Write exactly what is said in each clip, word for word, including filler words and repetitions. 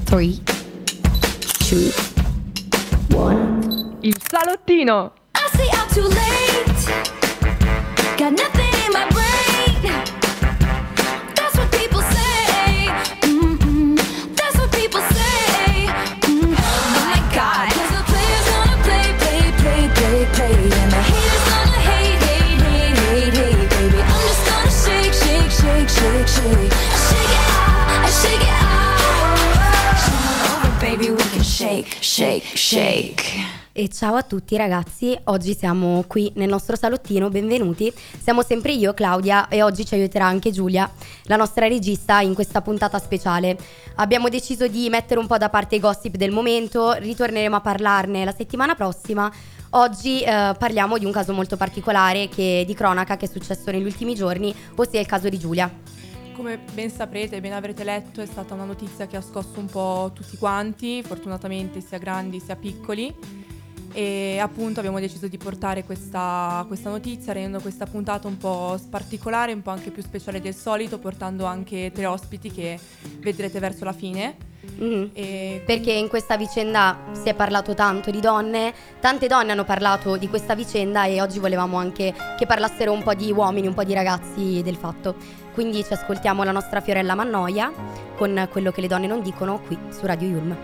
three, two, one. Il salottino. I stay out too late. Got nothing in my brain. That's what people say. Mm-mm. That's what people say. Mm. Oh my God. 'Cause the players gonna play, play, play, play, play, and the haters gonna hate, hate, hate, hate, hate, baby. I'm just gonna shake, shake, shake, shake, shake. I shake it out, I shake it out. Come over, baby, we can shake, shake, shake. E ciao a tutti ragazzi, oggi siamo qui nel nostro salottino, benvenuti. Siamo sempre io, Claudia, e oggi ci aiuterà anche Giulia, la nostra regista, in questa puntata speciale. Abbiamo deciso di mettere un po' da parte i gossip del momento, ritorneremo a parlarne la settimana prossima. Oggi eh, parliamo di un caso molto particolare che, di cronaca che è successo negli ultimi giorni, ossia il caso di Giulia. Come ben saprete, ben avrete letto, è stata una notizia che ha scosso un po' tutti quanti, fortunatamente sia grandi sia piccoli. E appunto abbiamo deciso di portare questa, questa notizia, rendendo questa puntata un po' particolare, un po' anche più speciale del solito, portando anche tre ospiti che vedrete verso la fine. Mm-hmm. E... Perché in questa vicenda si è parlato tanto di donne, tante donne hanno parlato di questa vicenda e oggi volevamo anche che parlassero un po' di uomini, un po' di ragazzi del fatto. Quindi ci ascoltiamo la nostra Fiorella Mannoia con Quello che le donne non dicono qui su Radio Yulm.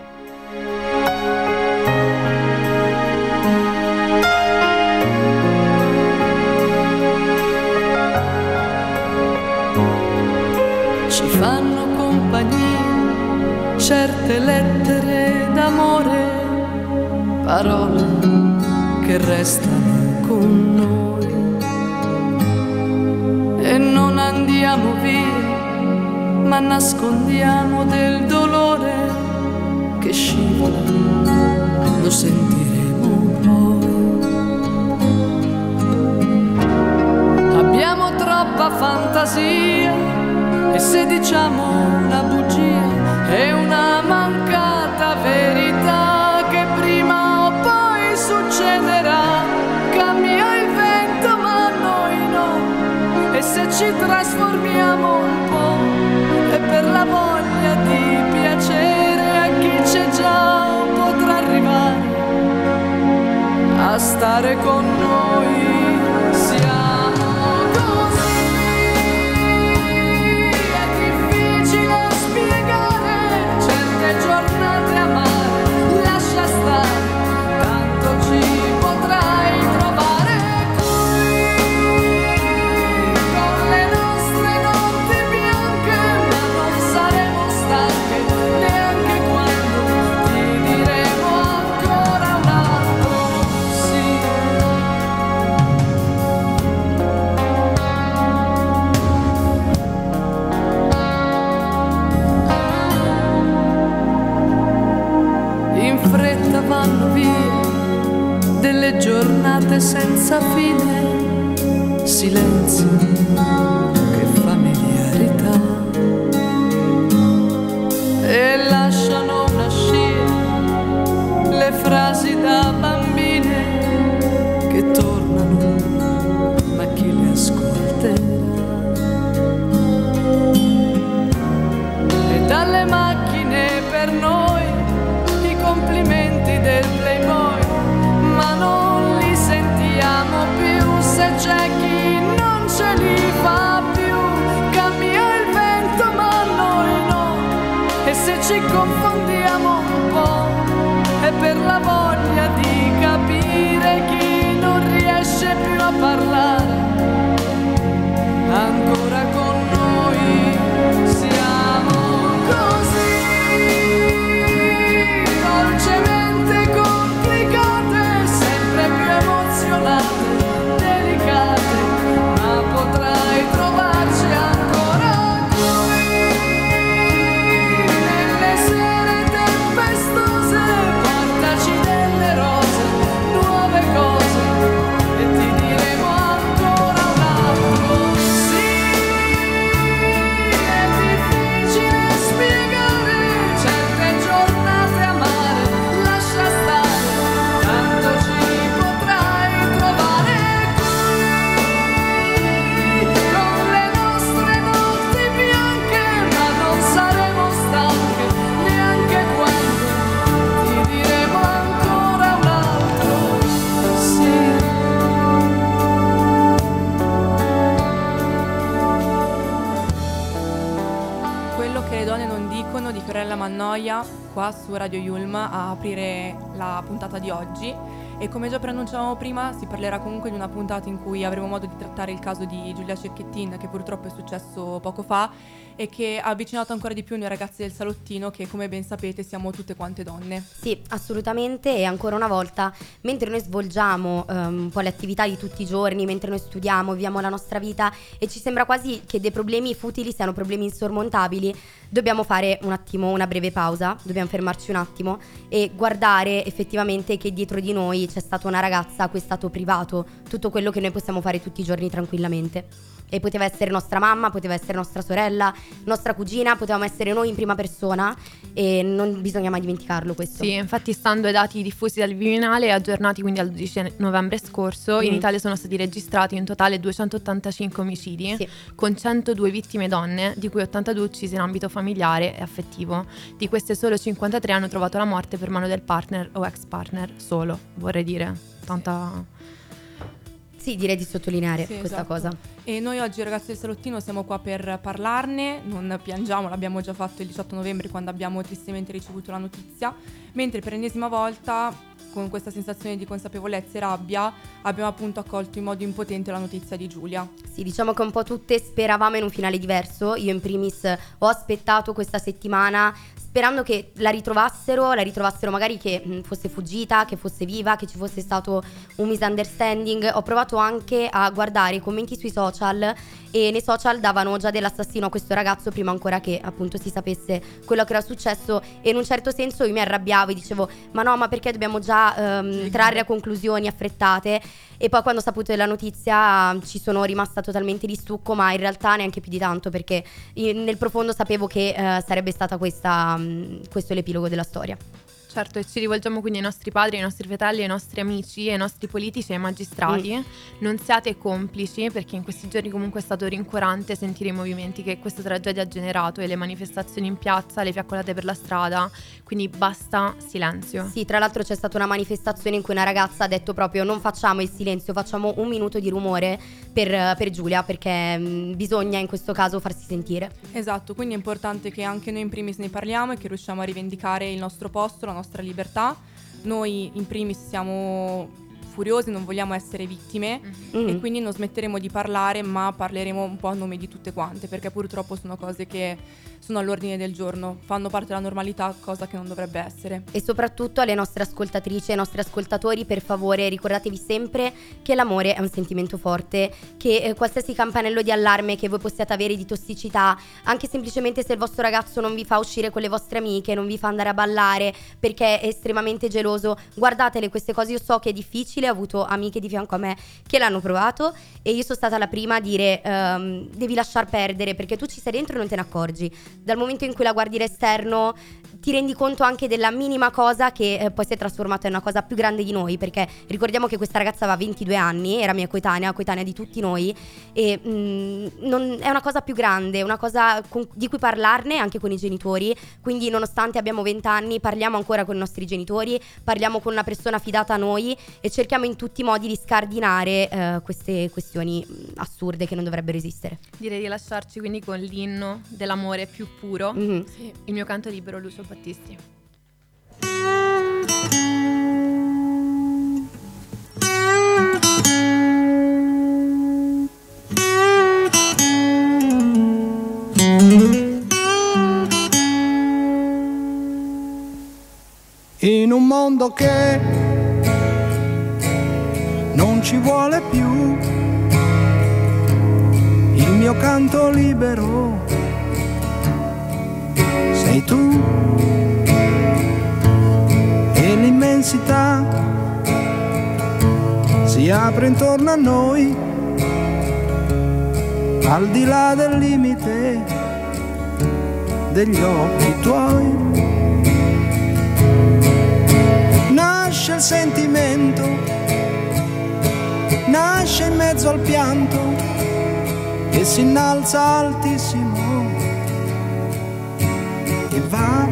Ci fanno compagnia certe lettere d'amore, parole che restano con noi e non andiamo via, ma nascondiamo del dolore che scivola, lo sentiremo poi. Abbiamo troppa fantasia e se diciamo una bugia è una mancata verità che prima o poi succederà. Cambia il vento ma noi no, e se ci trasformiamo un po' è per la voglia di piacere a chi c'è già, potrà arrivare a stare con noi. Siamo giornate amare, lascia stare, tanto ci potrai trovare qui, con le nostre notti bianche, ma non saremo stanche neanche quando ti diremo ancora un altro sì. In fretta vanno via delle giornate senza fine, silenzio che familiarità, e lasciano una scia le frasi da bambine che tornano, ma chi le ascolterà? E dalle macchine per noi complimenti del Playboy, ma non li sentiamo più se c'è chi non ce li fa più. Cambia il vento ma noi no, e se ci confondiamo un po' è per la voglia di capire chi non riesce più a parlare ancora con noi. Siamo così dolcemente complicate, sempre più emozionate, delicate, ma potrai trovarci ancora qui, nelle sere tempestose, portaci dentro. Quello che le donne non dicono di Fiorella Mannoia qua su Radio Yulm a aprire la puntata di oggi. E come già preannunciavamo prima, si parlerà comunque di una puntata in cui avremo modo di trattare il caso di Giulia Cecchettin, che purtroppo è successo poco fa e che ha avvicinato ancora di più noi ragazzi del salottino, che come ben sapete siamo tutte quante donne. Sì, assolutamente. E ancora una volta, mentre noi svolgiamo um, un po' le attività di tutti i giorni, mentre noi studiamo, viviamo la nostra vita e ci sembra quasi che dei problemi futili siano problemi insormontabili, dobbiamo fare un attimo una breve pausa, dobbiamo fermarci un attimo e guardare effettivamente che dietro di noi c'è stata una ragazza a cui è stato privato tutto quello che noi possiamo fare tutti i giorni tranquillamente. E poteva essere nostra mamma, poteva essere nostra sorella, nostra cugina, potevamo essere noi in prima persona e non bisogna mai dimenticarlo questo. Sì, infatti stando ai dati diffusi dal Viminale, aggiornati quindi al dodici novembre scorso, mm. in Italia sono stati registrati in totale duecentottantacinque omicidi, sì. con centodue vittime donne, di cui ottantadue uccise in ambito familiare e affettivo. Di queste solo cinquantatré hanno trovato la morte per mano del partner o ex partner, solo, vorrei dire, tanta... Sì, direi di sottolineare sì, questa esatto. cosa. E noi oggi ragazzi del salottino siamo qua per parlarne, non piangiamo, l'abbiamo già fatto il diciotto novembre quando abbiamo tristemente ricevuto la notizia, mentre per l'ennesima volta, con questa sensazione di consapevolezza e rabbia, abbiamo appunto accolto in modo impotente la notizia di Giulia. Sì, diciamo che un po' tutte speravamo in un finale diverso. Io in primis ho aspettato questa settimana sperando che la ritrovassero, la ritrovassero magari che mh, fosse fuggita, che fosse viva, che ci fosse stato un misunderstanding. Ho provato anche a guardare i commenti sui social e nei social davano già dell'assassino a questo ragazzo prima ancora che appunto si sapesse quello che era successo, e in un certo senso io mi arrabbiavo e dicevo ma no, ma perché dobbiamo già um, trarre a conclusioni affrettate? E poi quando ho saputo della notizia ci sono rimasta totalmente di stucco, ma in realtà neanche più di tanto, perché nel profondo sapevo che uh, sarebbe stata questa, um, questo l'epilogo della storia. Certo, e ci rivolgiamo quindi ai nostri padri, ai nostri fratelli, ai nostri amici, ai nostri politici e ai magistrati. Mm. Non siate complici, perché in questi giorni comunque è stato rincuorante sentire i movimenti che questa tragedia ha generato e le manifestazioni in piazza, le fiaccolate per la strada, quindi basta silenzio. Sì, tra l'altro c'è stata una manifestazione in cui una ragazza ha detto proprio non facciamo il silenzio, facciamo un minuto di rumore per, per Giulia, perché mh, bisogna in questo caso farsi sentire. Esatto, quindi è importante che anche noi in primis ne parliamo e che riusciamo a rivendicare il nostro posto, la nostra libertà. Noi in primis siamo furiosi, non vogliamo essere vittime mm-hmm. e quindi non smetteremo di parlare, ma parleremo un po' a nome di tutte quante, perché purtroppo sono cose che sono all'ordine del giorno, fanno parte della normalità, cosa che non dovrebbe essere. E soprattutto alle nostre ascoltatrici e ai nostri ascoltatori, per favore ricordatevi sempre che l'amore è un sentimento forte, che eh, qualsiasi campanello di allarme che voi possiate avere di tossicità, anche semplicemente se il vostro ragazzo non vi fa uscire con le vostre amiche, non vi fa andare a ballare perché è estremamente geloso, guardatele queste cose. Io so che è difficile, ho avuto amiche di fianco a me che l'hanno provato e io sono stata la prima a dire um, devi lasciar perdere, perché tu ci sei dentro e non te ne accorgi. Dal momento in cui la guardi l'esterno ti rendi conto anche della minima cosa che eh, poi si è trasformata in una cosa più grande di noi, perché ricordiamo che questa ragazza aveva ventidue anni, era mia coetanea, coetanea di tutti noi, e mh, non, è una cosa più grande, una cosa con, di cui parlarne anche con i genitori. Quindi nonostante abbiamo venti anni parliamo ancora con i nostri genitori, parliamo con una persona fidata a noi e cerchiamo in tutti i modi di scardinare eh, queste questioni assurde che non dovrebbero esistere. Direi di lasciarci quindi con l'inno dell'amore più puro, mm-hmm. sì. Il mio canto libero, Lucio Battisti. In un mondo che non ci vuole più, il mio canto libero sei tu, e l'immensità si apre intorno a noi, al di là del limite degli occhi tuoi. Nasce il sentimento, nasce in mezzo al pianto e si innalza altissimo e va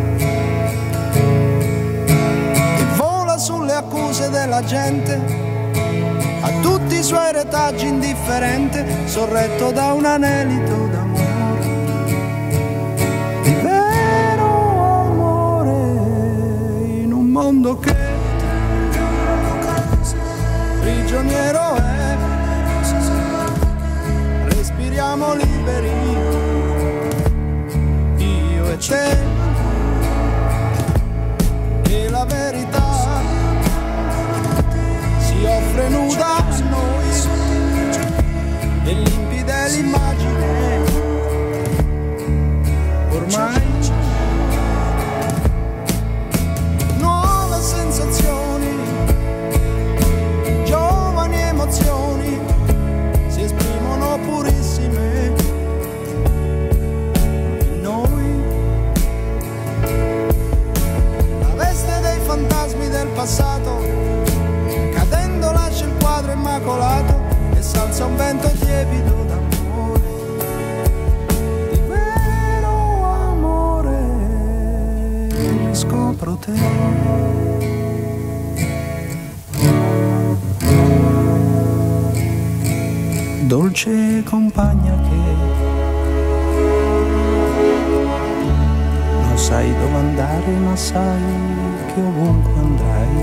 e vola sulle accuse della gente, a tutti i suoi retaggi indifferente, sorretto da un anelito d'amore. te, e la verità si offre nuda a noi e limpida è l'immagine ormai. Nuove sensazioni, giovani emozioni si esprimono purissime in noi. La veste dei fantasmi del passato cadendo lascia il quadro immacolato e s'alza un vento tiepido d'amore, di vero amore. Riscopro te. Dolce compagna che non sai dove andare, ma sai che ovunque andrai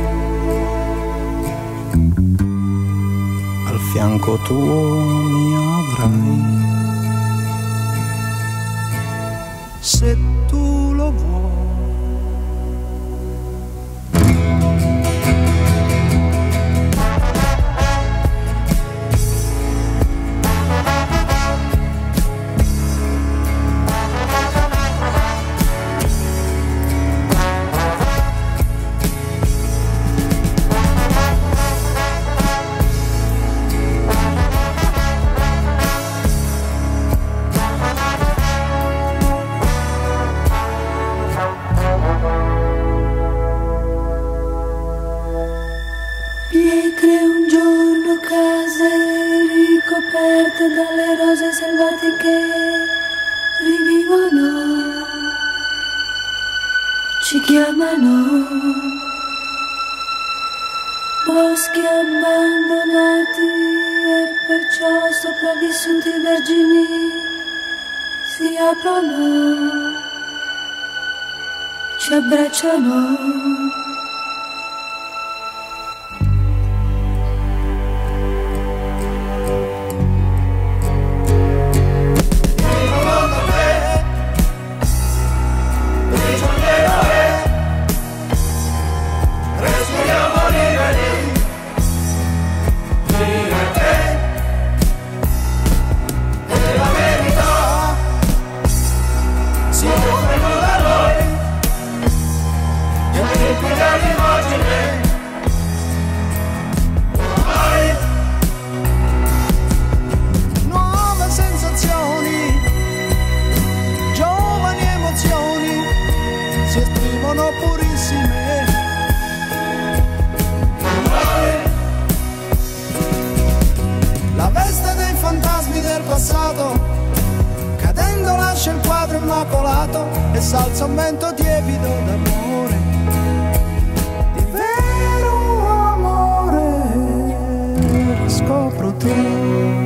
al fianco tuo mi avrai, se tu lo vuoi. Pietre un giorno, case ricoperte dalle rose selvatiche rivivono, ci chiamano, boschi abbandonati e perciò sopravvissuti vergini si aprono, ci abbracciano. Nuove sensazioni, giovani emozioni si esprimono purissime. La veste dei fantasmi del passato cadendo lascia il quadro immacolato e s'alza un vento tiepido d'amore, di vero amore. Riscopro te.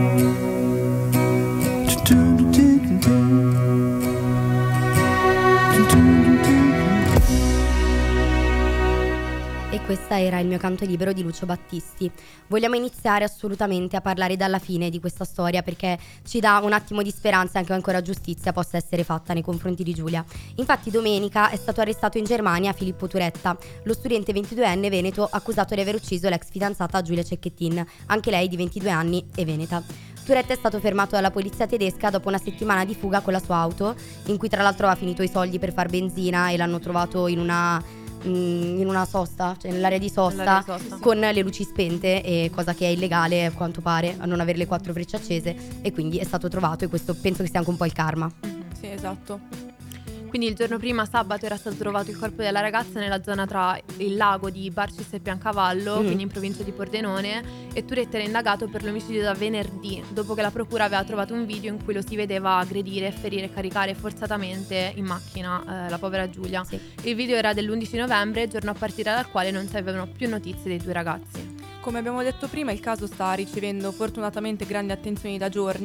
E questa era Il mio canto libero di Lucio Battisti. Vogliamo iniziare assolutamente a parlare dalla fine di questa storia, perché ci dà un attimo di speranza anche ancora giustizia possa essere fatta nei confronti di Giulia. Infatti domenica è stato arrestato in Germania Filippo Turetta, lo studente ventiduenne veneto accusato di aver ucciso l'ex fidanzata Giulia Cecchettin, anche lei di ventidue anni e veneta. Turetta è stato fermato dalla polizia tedesca dopo una settimana di fuga con la sua auto, in cui tra l'altro ha finito i soldi per far benzina e l'hanno trovato in una in una sosta, cioè nell'area di sosta, Nell'area di sosta. con le luci spente, e cosa che è illegale a quanto pare, a non avere le quattro frecce accese, e quindi è stato trovato, e questo penso che sia anche un po' il karma. Sì, esatto. Quindi il giorno prima, sabato, era stato trovato il corpo della ragazza nella zona tra il lago di Barcis e Piancavallo, Mm. quindi in provincia di Pordenone, e Turetta era indagato per l'omicidio da venerdì, dopo che la procura aveva trovato un video in cui lo si vedeva aggredire, ferire e caricare forzatamente in macchina eh, la povera Giulia. Sì. Il video era dell'undici novembre, giorno a partire dal quale non si avevano più notizie dei due ragazzi. Come abbiamo detto prima, il caso sta ricevendo fortunatamente grandi attenzioni da giorni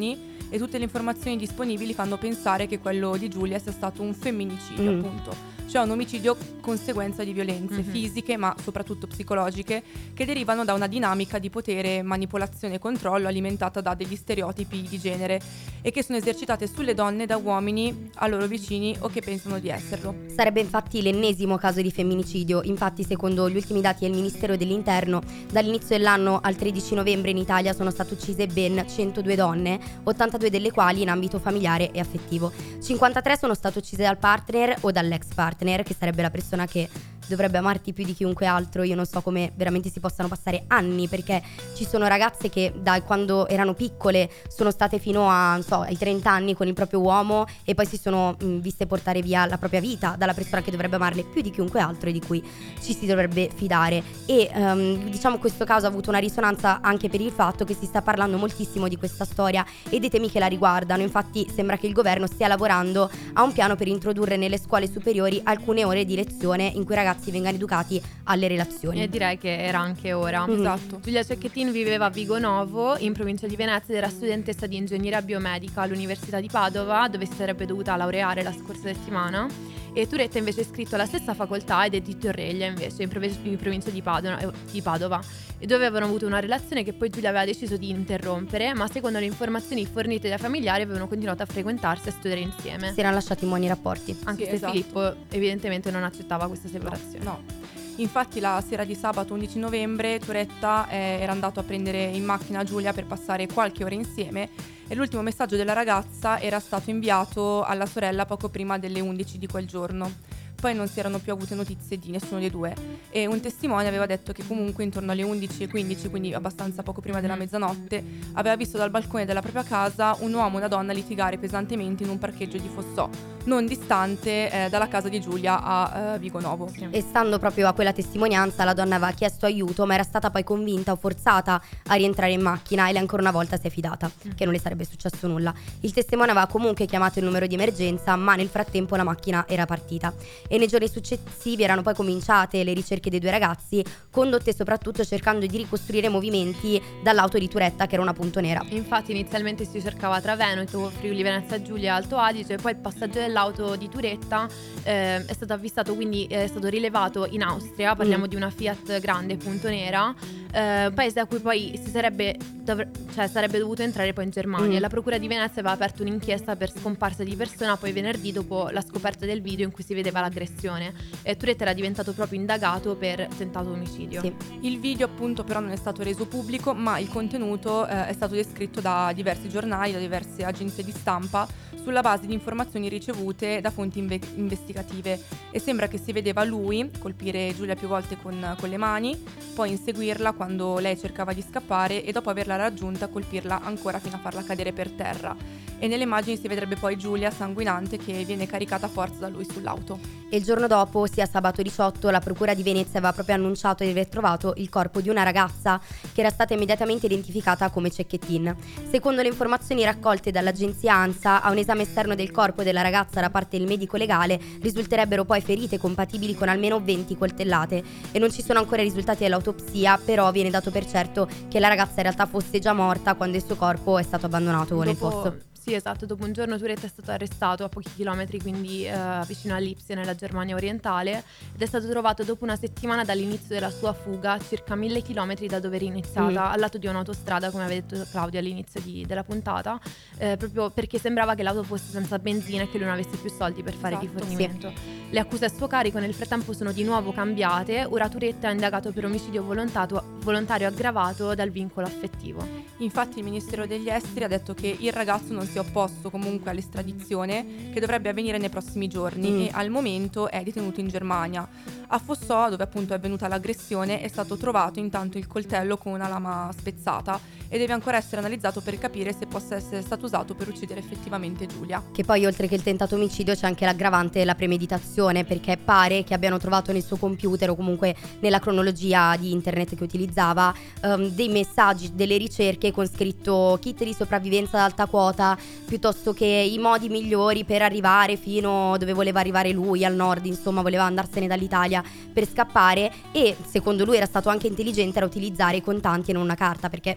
e tutte le informazioni disponibili fanno pensare che quello di Giulia sia stato un femminicidio, Mm. appunto. Cioè un omicidio conseguenza di violenze Mhm. fisiche, ma soprattutto psicologiche, che derivano da una dinamica di potere, manipolazione e controllo alimentata da degli stereotipi di genere e che sono esercitate sulle donne da uomini a loro vicini o che pensano di esserlo. Sarebbe infatti l'ennesimo caso di femminicidio. Infatti, secondo gli ultimi dati del Ministero dell'Interno, dall'inizio dell'anno al tredici novembre in Italia sono state uccise ben centodue donne, ottantadue delle quali in ambito familiare e affettivo. cinquantatré sono state uccise dal partner o dall'ex partner, che sarebbe la persona che dovrebbe amarti più di chiunque altro. Io non so come veramente si possano passare anni, perché ci sono ragazze che da quando erano piccole sono state fino a, non so, ai trenta anni con il proprio uomo e poi si sono mh, viste portare via la propria vita dalla persona che dovrebbe amarle più di chiunque altro e di cui ci si dovrebbe fidare. E um, diciamo questo caso ha avuto una risonanza anche per il fatto che si sta parlando moltissimo di questa storia e dei temi che la riguardano. Infatti sembra che il governo stia lavorando a un piano per introdurre nelle scuole superiori alcune ore di lezione in cui i ragazzi vengano educati alle relazioni. E direi che era anche ora. Mhm. Esatto. Giulia Cecchettin viveva a Vigonovo, in provincia di Venezia, ed era studentessa di ingegneria biomedica all'Università di Padova, dove si sarebbe dovuta laureare la scorsa settimana. E Turetta invece è iscritto alla stessa facoltà ed è di Torreglia, invece, in, prov- in provincia di Padova, eh, di Padova, e dove avevano avuto una relazione che poi Giulia aveva deciso di interrompere, ma secondo le informazioni fornite dai familiari avevano continuato a frequentarsi e a studiare insieme. Si erano lasciati in buoni rapporti. Anche Sì, se esatto. Filippo evidentemente non accettava questa separazione. No. Infatti la sera di sabato undici novembre Turetta eh, era andato a prendere in macchina Giulia per passare qualche ora insieme e l'ultimo messaggio della ragazza era stato inviato alla sorella poco prima delle undici di quel giorno. Poi non si erano più avute notizie di nessuno dei due e un testimone aveva detto che comunque intorno alle undici e quindici, quindi abbastanza poco prima della mezzanotte, aveva visto dal balcone della propria casa un uomo e una donna litigare pesantemente in un parcheggio di Fossò, non distante eh, dalla casa di Giulia a eh, Vigonovo. E stando proprio a quella testimonianza, la donna aveva chiesto aiuto, ma era stata poi convinta o forzata a rientrare in macchina e lei ancora una volta si è fidata che non le sarebbe successo nulla. Il testimone aveva comunque chiamato il numero di emergenza, ma nel frattempo la macchina era partita. E nei giorni successivi erano poi cominciate le ricerche dei due ragazzi, condotte soprattutto cercando di ricostruire movimenti dall'auto di Turetta, che era una punto nera. Infatti inizialmente si cercava tra Veneto, Friuli Venezia Giulia e Alto Adige, poi il passaggio dell'auto di Turetta eh, è stato avvistato, quindi è stato rilevato in Austria, parliamo Mm. di una Fiat grande punto nera, eh, paese a cui poi si sarebbe, dovre- cioè sarebbe dovuto entrare poi in Germania. Mm. La procura di Venezia aveva aperto un'inchiesta per scomparsa di persona poi venerdì, dopo la scoperta del video in cui si vedeva l'aggressione, e Turetta era diventato proprio indagato per tentato omicidio. Sì. Il video appunto però non è stato reso pubblico, ma il contenuto eh, è stato descritto da diversi giornali, da diverse agenzie di stampa sulla base di informazioni ricevute da fonti inve- investigative e sembra che si vedeva lui colpire Giulia più volte con, con le mani, poi inseguirla quando lei cercava di scappare e dopo averla raggiunta colpirla ancora fino a farla cadere per terra. E nelle immagini si vedrebbe poi Giulia sanguinante che viene caricata a forza da lui sull'auto. E il giorno dopo, sia sabato diciotto, la procura di Venezia aveva proprio annunciato di aver trovato il corpo di una ragazza che era stata immediatamente identificata come Cecchettin. Secondo le informazioni raccolte dall'agenzia ANSA, a un esame esterno del corpo della ragazza da parte del medico legale risulterebbero poi ferite compatibili con almeno venti coltellate e non ci sono ancora i risultati dell'autopsia, però viene dato per certo che la ragazza in realtà fosse già morta quando il suo corpo è stato abbandonato nel Dopo- fosso. Sì, esatto, dopo un giorno Turetta è stato arrestato a pochi chilometri, quindi eh, vicino a Lipsia, nella Germania orientale, ed è stato trovato dopo una settimana dall'inizio della sua fuga, circa mille chilometri da dove era iniziata, Mm. al lato di un'autostrada, come aveva detto Claudia all'inizio di- della puntata, eh, proprio perché sembrava che l'auto fosse senza benzina e che lui non avesse più soldi per fare Esatto, rifornimento. Le accuse a suo carico nel frattempo sono di nuovo cambiate, ora Turetta è indagato per omicidio volontato- volontario aggravato dal vincolo affettivo. Infatti il Ministero degli Esteri ha detto che il ragazzo non si è opposto comunque all'estradizione che dovrebbe avvenire nei prossimi giorni Mm. e al momento è detenuto in Germania. A Fossò, dove appunto è avvenuta l'aggressione, è stato trovato intanto il coltello con una lama spezzata e deve ancora essere analizzato per capire se possa essere stato usato per uccidere effettivamente Giulia. Che poi oltre che il tentato omicidio c'è anche l'aggravante della premeditazione, perché pare che abbiano trovato nel suo computer o comunque nella cronologia di internet che utilizzava ehm, dei messaggi, delle ricerche con scritto kit di sopravvivenza ad alta quota, piuttosto che i modi migliori per arrivare fino dove voleva arrivare lui, al nord, insomma voleva andarsene dall'Italia per scappare, e secondo lui era stato anche intelligente a utilizzare i contanti e non una carta, perché se no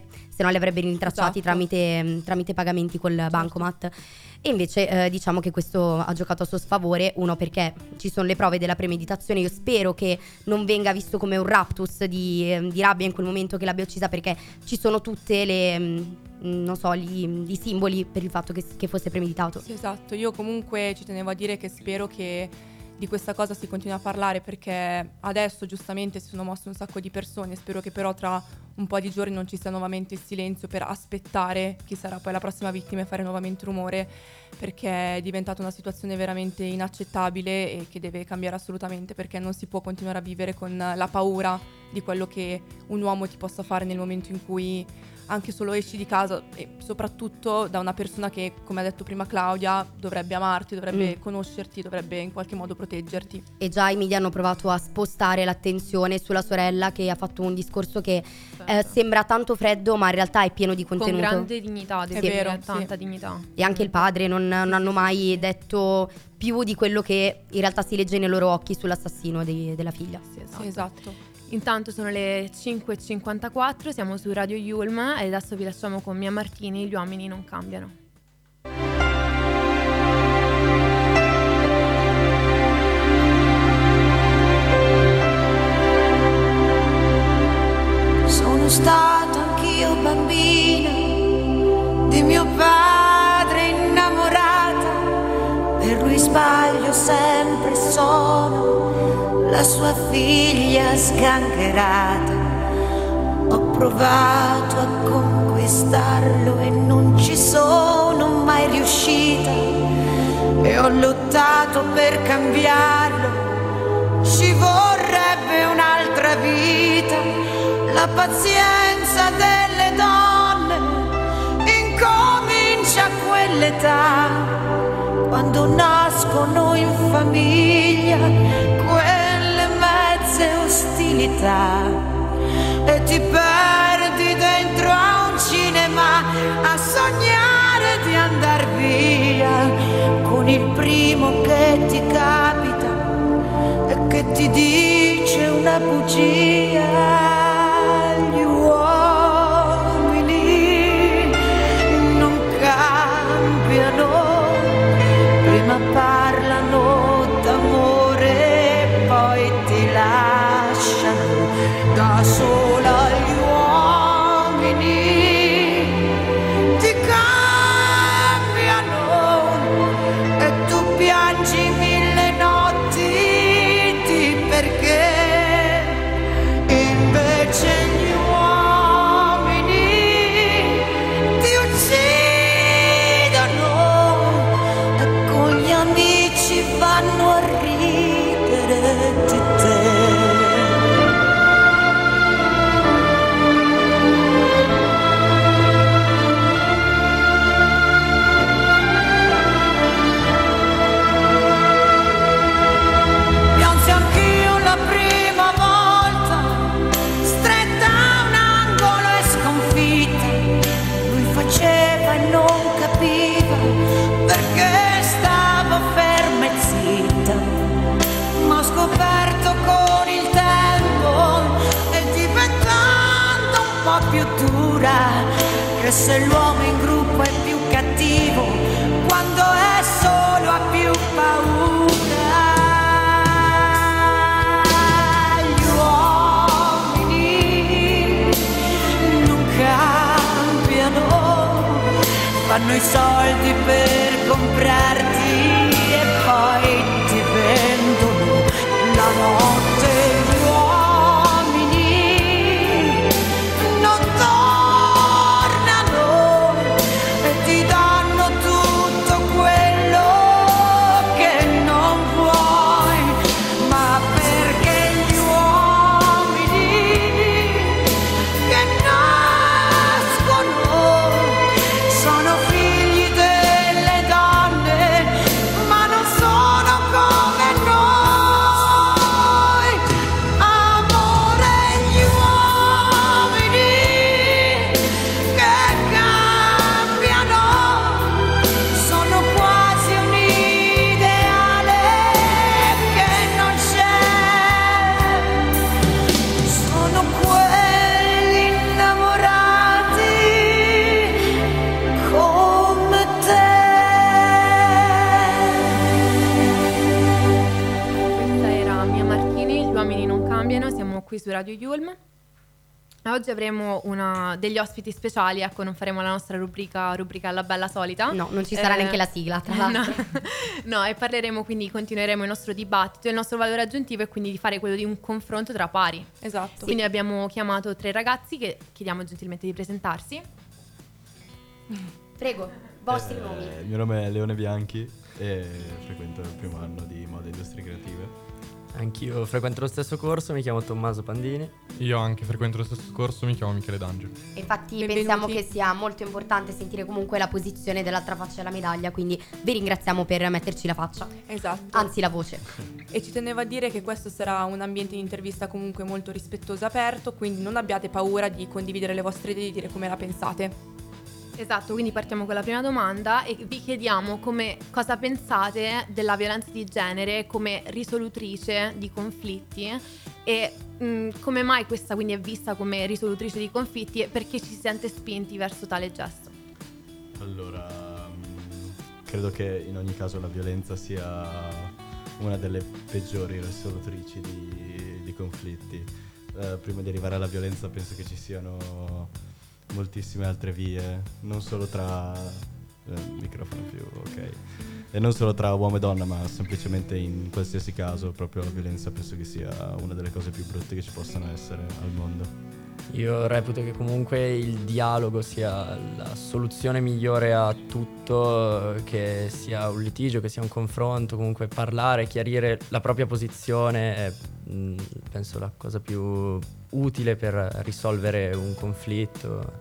no li avrebbe rintracciati Esatto. tramite, tramite pagamenti col bancomat. E invece eh, diciamo che questo ha giocato a suo sfavore, uno perché ci sono le prove della premeditazione. Io spero che non venga visto come un raptus di, eh, di rabbia in quel momento che l'abbia uccisa, perché ci sono tutte le mh, non so gli, gli simboli per il fatto che, che fosse premeditato. Sì, esatto, io comunque ci tenevo a dire che spero che di questa cosa si continui a parlare, perché adesso giustamente si sono mosse un sacco di persone. Spero che però tra un po' di giorni non ci sia nuovamente il silenzio per aspettare chi sarà poi la prossima vittima e fare nuovamente rumore, perché è diventata una situazione veramente inaccettabile e che deve cambiare assolutamente, perché non si può continuare a vivere con la paura di quello che un uomo ti possa fare nel momento in cui anche solo esci di casa, e soprattutto da una persona che, come ha detto prima Claudia, dovrebbe amarti, dovrebbe Mm. conoscerti, dovrebbe in qualche modo proteggerti. E già i media hanno provato a spostare l'attenzione sulla sorella, che ha fatto un discorso che eh, sembra tanto freddo, ma in realtà è pieno di Con contenuto. grande dignità, devo È dire, vero, tanta sì. dignità. E anche il padre non, non hanno mai detto più di quello che in realtà si legge nei loro occhi sull'assassino di- della figlia. Sì, esatto. Sì, esatto. Intanto sono le cinque e cinquantaquattro, siamo su Radio Yulm e adesso vi lasciamo con Mia Martini, Gli uomini non cambiano. Sono stato anch'io bambina di mio padre innamorata, per lui sbaglio sempre, sono la sua figlia sgangherata. Ho provato a conquistarlo e non ci sono mai riuscita, e ho lottato per cambiarlo, ci vorrebbe un'altra vita. La pazienza delle donne incomincia a quell'età, quando nascono in famiglia quelle mezze ostilità, e ti perdi dentro a un cinema a sognare di andar via con il primo che ti capita e che ti dice una bugia. Gli uomini non cambiano, prima parlano d'amore, poi ti lasciano da sola. Gli uomini ti cambiano e tu piangi mille notti di perché. Invece gli uomini ti uccidono e con gli amici vanno a ridere di te. Piansi anch'io la prima volta, stretta a un angolo e sconfitta. Lui faceva e non capiva perché stavo ferma e zitta. Ma ho scoperto con il tempo, e diventando un po' più dura, che se l'uomo in gruppo è più cattivo, quando è solo ha più paura. Gli uomini non cambiano, fanno i soldi per comprarti e poi ti vendono la notte. Gli uomini non tornano e ti danno tutto quello che non vuoi, ma perché gli uomini che nascono sono figli delle donne qui su Radio Yulm. Oggi avremo una, degli ospiti speciali, ecco, non faremo la nostra rubrica, rubrica alla bella solita. No, non ci sarà Eh, neanche la sigla, tra l'altro. No, e parleremo, quindi continueremo il nostro dibattito. Il nostro valore aggiuntivo è quindi di fare quello di un confronto tra pari. Esatto. Quindi abbiamo chiamato tre ragazzi che chiediamo gentilmente di presentarsi. Prego, vostri Eh, nomi. Il mio nome è Leone Bianchi e frequento il primo anno di Moda e Industrie Creative. Anch'io frequento lo stesso corso, mi chiamo Tommaso Pandini. Io anche frequento lo stesso corso, mi chiamo Michele D'Angelo. Infatti Benvenuti. pensiamo che sia molto importante sentire comunque la posizione dell'altra faccia della medaglia, quindi vi ringraziamo per metterci la faccia, Esatto. anzi la voce. E ci tenevo a dire che questo sarà un ambiente di intervista comunque molto rispettoso e aperto, quindi non abbiate paura di condividere le vostre idee e di dire come la pensate. Esatto, quindi partiamo con la prima domanda e vi chiediamo come, cosa pensate della violenza di genere come risolutrice di conflitti e mh, come mai questa quindi è vista come risolutrice di conflitti e perché ci si sente spinti verso tale gesto. Allora, mh, credo che in ogni caso la violenza sia una delle peggiori risolutrici di, di conflitti. Eh, prima di arrivare alla violenza penso che ci siano moltissime altre vie, non solo tra eh, microfono più, ok, e non solo tra uomo e donna, ma semplicemente in qualsiasi caso. Proprio la violenza penso che sia una delle cose più brutte che ci possano essere al mondo. Io reputo che comunque il dialogo sia la soluzione migliore a tutto, che sia un litigio, che sia un confronto, comunque parlare, chiarire la propria posizione è mh, penso la cosa più utile per risolvere un conflitto.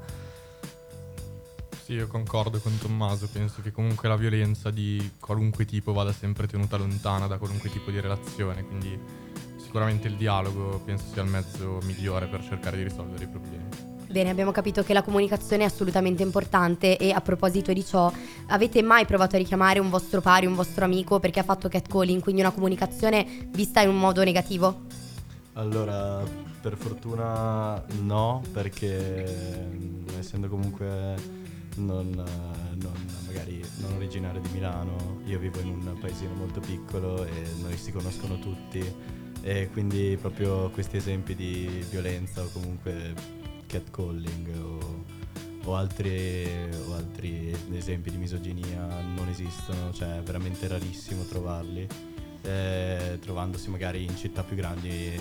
Sì, io concordo con Tommaso, penso che comunque la violenza di qualunque tipo vada sempre tenuta lontana da qualunque tipo di relazione, quindi sicuramente il dialogo penso sia il mezzo migliore per cercare di risolvere i problemi. Bene, abbiamo capito che la comunicazione è assolutamente importante e a proposito di ciò, avete mai provato a richiamare un vostro pari, un vostro amico perché ha fatto catcalling, quindi una comunicazione vista in un modo negativo? Allora, per fortuna no, perché mh, essendo comunque non, eh, non magari non originario di Milano, io vivo in un paesino molto piccolo e noi si conoscono tutti, e quindi proprio questi esempi di violenza o comunque catcalling o, o, altri, o altri esempi di misoginia non esistono, cioè è veramente rarissimo trovarli, eh, trovandosi magari in città più grandi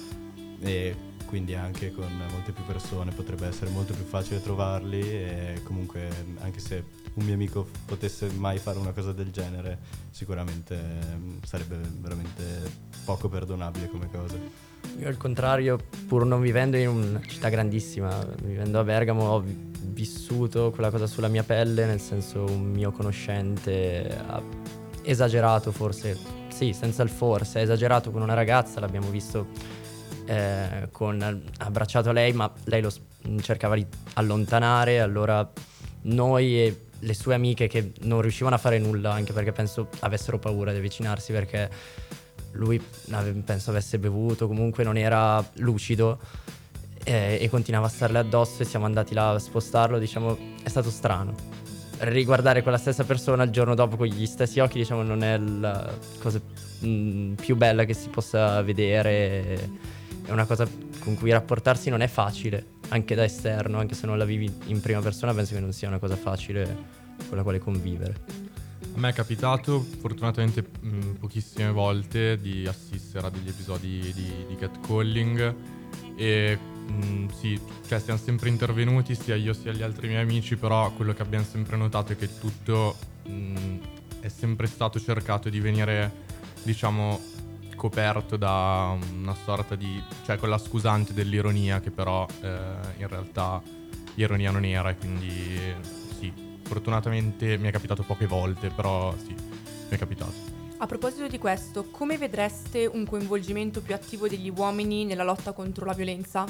e quindi anche con molte più persone potrebbe essere molto più facile trovarli, e comunque anche se un mio amico potesse mai fare una cosa del genere sicuramente mh, sarebbe veramente poco perdonabile come cosa. Io al contrario, pur non vivendo in una città grandissima, vivendo a Bergamo, ho vi- vissuto quella cosa sulla mia pelle, nel senso un mio conoscente ha esagerato forse, sì, senza il forse, ha esagerato con una ragazza, l'abbiamo visto eh, con abbracciato lei, ma lei lo s- cercava di allontanare, allora noi e le sue amiche che non riuscivano a fare nulla, anche perché penso avessero paura di avvicinarsi perché lui ave- penso avesse bevuto, comunque non era lucido eh, e continuava a starle addosso, e siamo andati là a spostarlo, diciamo è stato strano. Riguardare quella stessa persona il giorno dopo con gli stessi occhi, diciamo, non è la cosa mh, più bella che si possa vedere, è una cosa con cui rapportarsi non è facile, anche da esterno, anche se non la vivi in prima persona, penso che non sia una cosa facile con la quale convivere. A me è capitato fortunatamente mh, pochissime volte di assistere a degli episodi di, di catcalling e mh, sì, cioè siamo sempre intervenuti sia io sia gli altri miei amici, però quello che abbiamo sempre notato è che tutto mh, è sempre stato cercato di venire, diciamo, coperto da una sorta di, cioè con la scusante dell'ironia, che però eh, in realtà ironia non era, e quindi sì, fortunatamente mi è capitato poche volte, però sì, mi è capitato. A proposito di questo, come vedreste un coinvolgimento più attivo degli uomini nella lotta contro la violenza?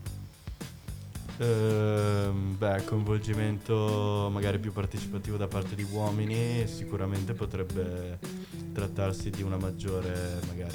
Ehm, beh, coinvolgimento magari più partecipativo da parte di uomini, sicuramente potrebbe trattarsi di una maggiore magari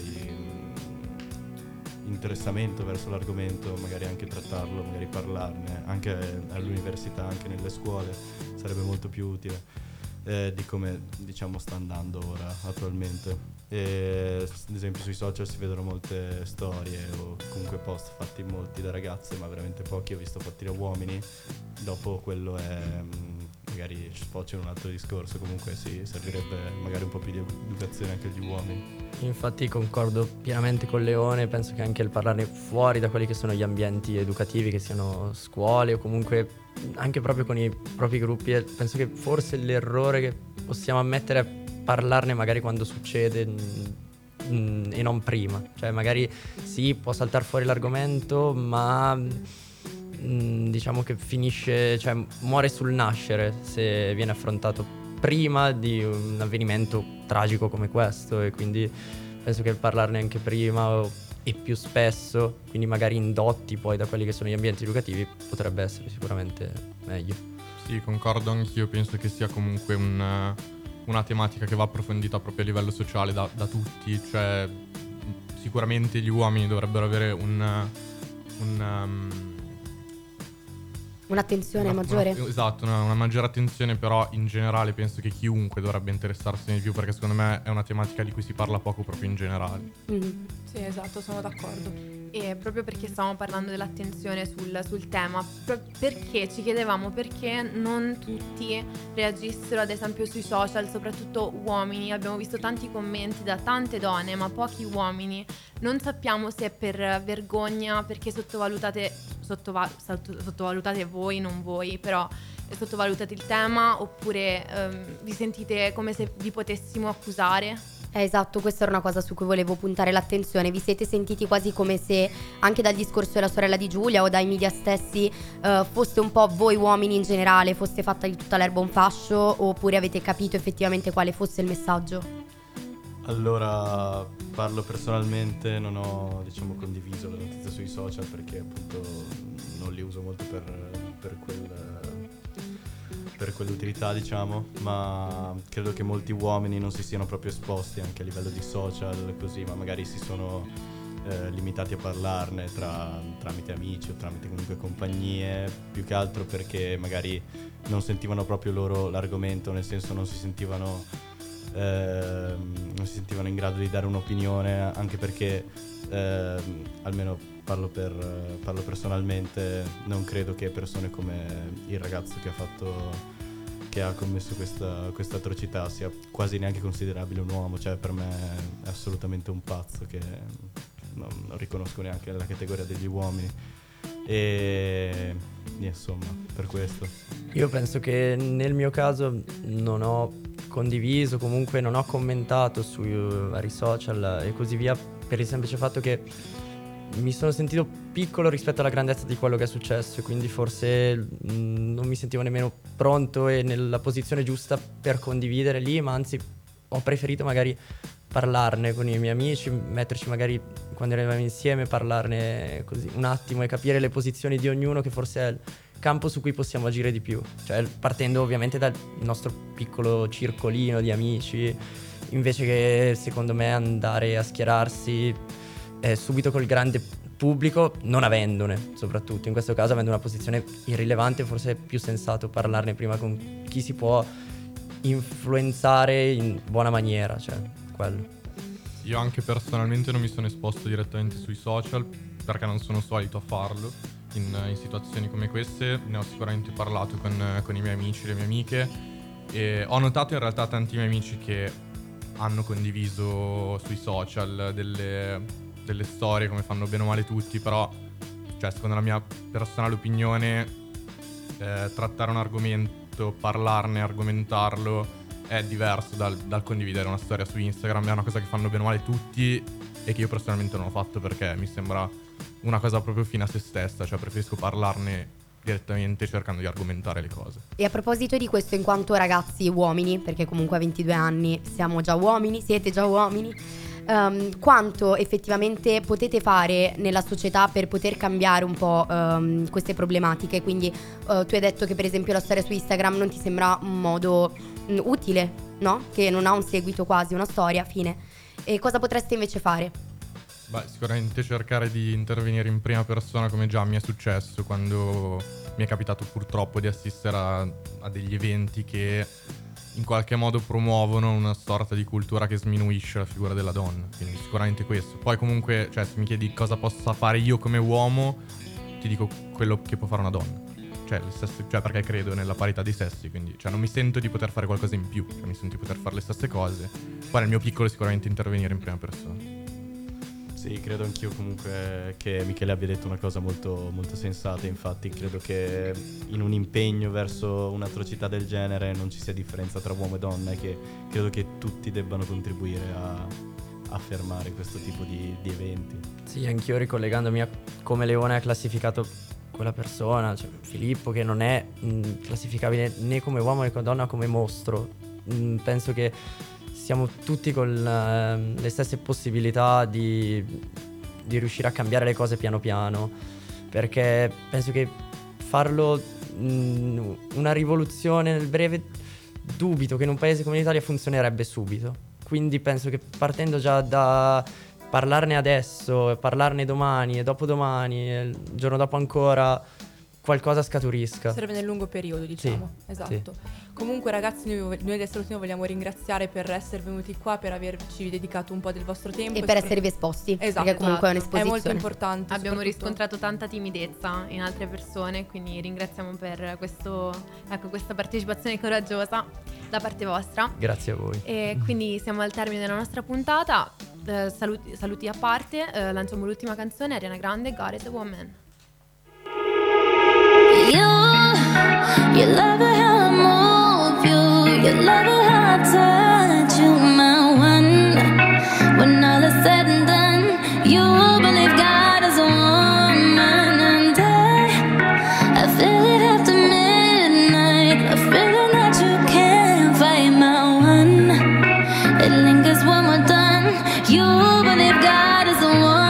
mh, interessamento verso l'argomento, magari anche trattarlo, magari parlarne, anche all'università, anche nelle scuole, sarebbe molto più utile eh, di come diciamo sta andando ora attualmente. E ad esempio sui social si vedono molte storie o comunque post fatti molti da ragazze, ma veramente pochi ho visto fatti da uomini. Dopo quello è magari sfocia in un altro discorso, comunque sì, servirebbe magari un po' più di educazione anche agli uomini. Infatti concordo pienamente con Leone, penso che anche il parlarne fuori da quelli che sono gli ambienti educativi, che siano scuole o comunque anche proprio con i propri gruppi, penso che forse l'errore che possiamo ammettere è parlarne magari quando succede mh, e non prima. Cioè magari sì, può saltare fuori l'argomento, ma mh, diciamo che finisce, cioè muore sul nascere se viene affrontato prima di un avvenimento tragico come questo, e quindi penso che parlarne anche prima o, e più spesso, quindi magari indotti poi da quelli che sono gli ambienti educativi, potrebbe essere sicuramente meglio. Sì, concordo anch'io, penso che sia comunque un, una tematica che va approfondita proprio a livello sociale da, da tutti, cioè sicuramente gli uomini dovrebbero avere un... un um, Un'attenzione una, maggiore. Una, esatto, una, una maggiore attenzione, però in generale penso che chiunque dovrebbe interessarsene di più, perché secondo me è una tematica di cui si parla poco proprio in generale. Mm-hmm. Sì, esatto, sono d'accordo. E proprio perché stavamo parlando dell'attenzione sul, sul tema, pro- perché ci chiedevamo perché non tutti reagissero ad esempio sui social, soprattutto uomini. Abbiamo visto tanti commenti da tante donne, ma pochi uomini. Non sappiamo se è per vergogna, perché sottovalutate, sottova- sotto- sottovalutate voi, non voi, però sottovalutate il tema, oppure ehm, vi sentite come se vi potessimo accusare. Eh, esatto, questa era una cosa su cui volevo puntare l'attenzione. Vi siete sentiti quasi come se anche dal discorso della sorella di Giulia o dai media stessi eh, foste un po' voi uomini in generale, foste fatta di tutta l'erba un fascio, oppure avete capito effettivamente quale fosse il messaggio? Allora, parlo personalmente, non ho diciamo condiviso la notizia sui social perché appunto non li uso molto per, per quel... per quell'utilità, diciamo, ma credo che molti uomini non si siano proprio esposti anche a livello di social così, ma magari si sono eh, limitati a parlarne tra, tramite amici o tramite comunque compagnie, più che altro perché magari non sentivano proprio loro l'argomento, nel senso non si sentivano eh, non si sentivano in grado di dare un'opinione, anche perché eh, almeno parlo per parlo personalmente, non credo che persone come il ragazzo che ha fatto che ha commesso questa questa atrocità sia quasi neanche considerabile un uomo, cioè per me è assolutamente un pazzo che non, non riconosco neanche nella categoria degli uomini, e, e insomma per questo io penso che nel mio caso non ho condiviso, comunque non ho commentato sui vari social e così via, per il semplice fatto che mi sono sentito piccolo rispetto alla grandezza di quello che è successo, e quindi forse mh, non mi sentivo nemmeno pronto e nella posizione giusta per condividere lì, ma anzi ho preferito magari parlarne con i miei amici, metterci magari quando eravamo insieme, parlarne così un attimo e capire le posizioni di ognuno, che forse è il campo su cui possiamo agire di più, cioè partendo ovviamente dal nostro piccolo circolino di amici, invece che secondo me andare a schierarsi Eh, subito col grande pubblico, non avendone, soprattutto in questo caso avendo una posizione irrilevante, forse è più sensato parlarne prima con chi si può influenzare in buona maniera, cioè quello. Io anche personalmente non mi sono esposto direttamente sui social perché non sono solito a farlo in, in situazioni come queste. Ne ho sicuramente parlato con, con i miei amici, le mie amiche, e ho notato in realtà tanti miei amici che hanno condiviso sui social delle delle storie, come fanno bene o male tutti, però cioè secondo la mia personale opinione eh, trattare un argomento, parlarne, argomentarlo è diverso dal, dal condividere una storia su Instagram. È una cosa che fanno bene o male tutti e che io personalmente non ho fatto perché mi sembra una cosa proprio fine a se stessa, cioè preferisco parlarne direttamente cercando di argomentare le cose. E a proposito di questo, in quanto ragazzi uomini, perché comunque a ventidue anni siamo già uomini, siete già uomini, Um, quanto effettivamente potete fare nella società per poter cambiare un po' um, queste problematiche? Quindi uh, tu hai detto che per esempio la storia su Instagram non ti sembra un modo mh, utile, no? Che non ha un seguito quasi, una storia, fine. E cosa potreste invece fare? Beh, sicuramente cercare di intervenire in prima persona, come già mi è successo quando mi è capitato purtroppo di assistere a, a degli eventi che in qualche modo promuovono una sorta di cultura che sminuisce la figura della donna, quindi sicuramente questo. Poi comunque, cioè, se mi chiedi cosa possa fare io come uomo, ti dico quello che può fare una donna. Cioè, le stesse, cioè perché credo nella parità dei sessi, quindi cioè, non mi sento di poter fare qualcosa in più, cioè mi sento di poter fare le stesse cose. Poi nel mio piccolo sicuramente intervenire in prima persona. Sì, credo anch'io comunque che Michele abbia detto una cosa molto, molto sensata. Infatti credo che in un impegno verso un'atrocità del genere non ci sia differenza tra uomo e donna, e che credo che tutti debbano contribuire a, a fermare questo tipo di, di eventi. Sì, anch'io ricollegandomi a come Leone ha classificato quella persona, cioè Filippo, che non è mh, classificabile né come uomo né come donna, come mostro. Mh, penso che siamo tutti con uh, le stesse possibilità di, di riuscire a cambiare le cose piano piano, perché penso che farlo mh, una rivoluzione nel breve, dubito che in un paese come l'Italia funzionerebbe subito. Quindi penso che partendo già da parlarne adesso, parlarne domani e dopodomani e il giorno dopo ancora, qualcosa scaturisca. Serve nel lungo periodo, diciamo. Sì, esatto. Sì. Comunque ragazzi, noi, noi del Salottino vogliamo ringraziare per essere venuti qua, per averci dedicato un po' del vostro tempo e per esservi esposti. Esatto, perché comunque esatto. è un'esposizione. È molto importante. Abbiamo riscontrato tanta timidezza in altre persone, quindi ringraziamo per questo, ecco, questa partecipazione coraggiosa da parte vostra. Grazie a voi. E quindi siamo al termine della nostra puntata. Eh, saluti, saluti a parte, eh, lanciamo l'ultima canzone, Ariana Grande, God is a Woman. You, you love it how I move you, you love it how I touch you, my one. When all is said and done, you believe God is a woman, and I, I feel it after midnight, a feeling that you can't fight, my one. It lingers when we're done, you believe God is a woman.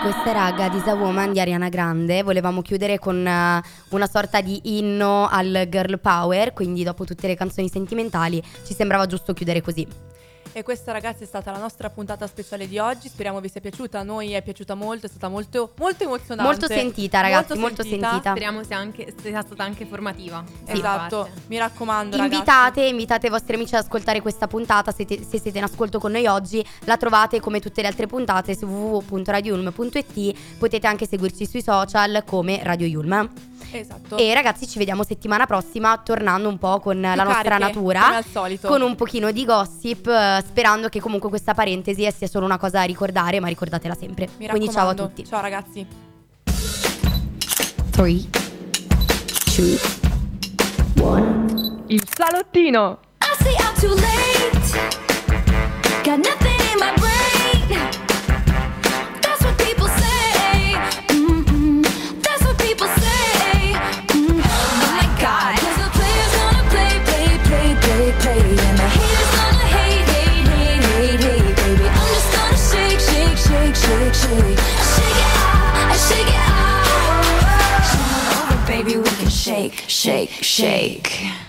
Questa era God is a Woman di Ariana Grande. Volevamo chiudere con uh, una sorta di inno al girl power, quindi dopo tutte le canzoni sentimentali ci sembrava giusto chiudere così. E questa, ragazzi, è stata la nostra puntata speciale di oggi. Speriamo vi sia piaciuta. A noi è piaciuta molto, è stata molto, molto emozionante. Molto sentita, ragazzi, molto, molto sentita. sentita. Speriamo sia, anche, sia stata anche formativa. Sì. Esatto, mi raccomando, invitate, ragazzi. invitate i vostri amici ad ascoltare questa puntata. Se, te, se siete in ascolto con noi oggi, la trovate come tutte le altre puntate su w w w punto radio yulm punto i t. Potete anche seguirci sui social come Radio Yulm. Esatto. E ragazzi, ci vediamo settimana prossima, tornando un po' con Più la nostra cariche, natura, come al solito, con un pochino di gossip, eh, sperando che comunque questa parentesi sia solo una cosa da ricordare, ma ricordatela sempre. Mi Quindi ciao a raccomando. tutti. Ciao ragazzi. tre, due, uno. Il salottino. I stay out too late. Got nothing in my brain. That's what people say. Mm-mm. That's what people say. Mm. Oh my God. 'Cause the players gonna play, play, play, play, play, and the haters gonna hate, hate, hate, hate, hate, baby. I'm just gonna shake, shake, shake, shake, shake. I shake it out, I shake it out. Come on over, baby, we can shake, shake, shake.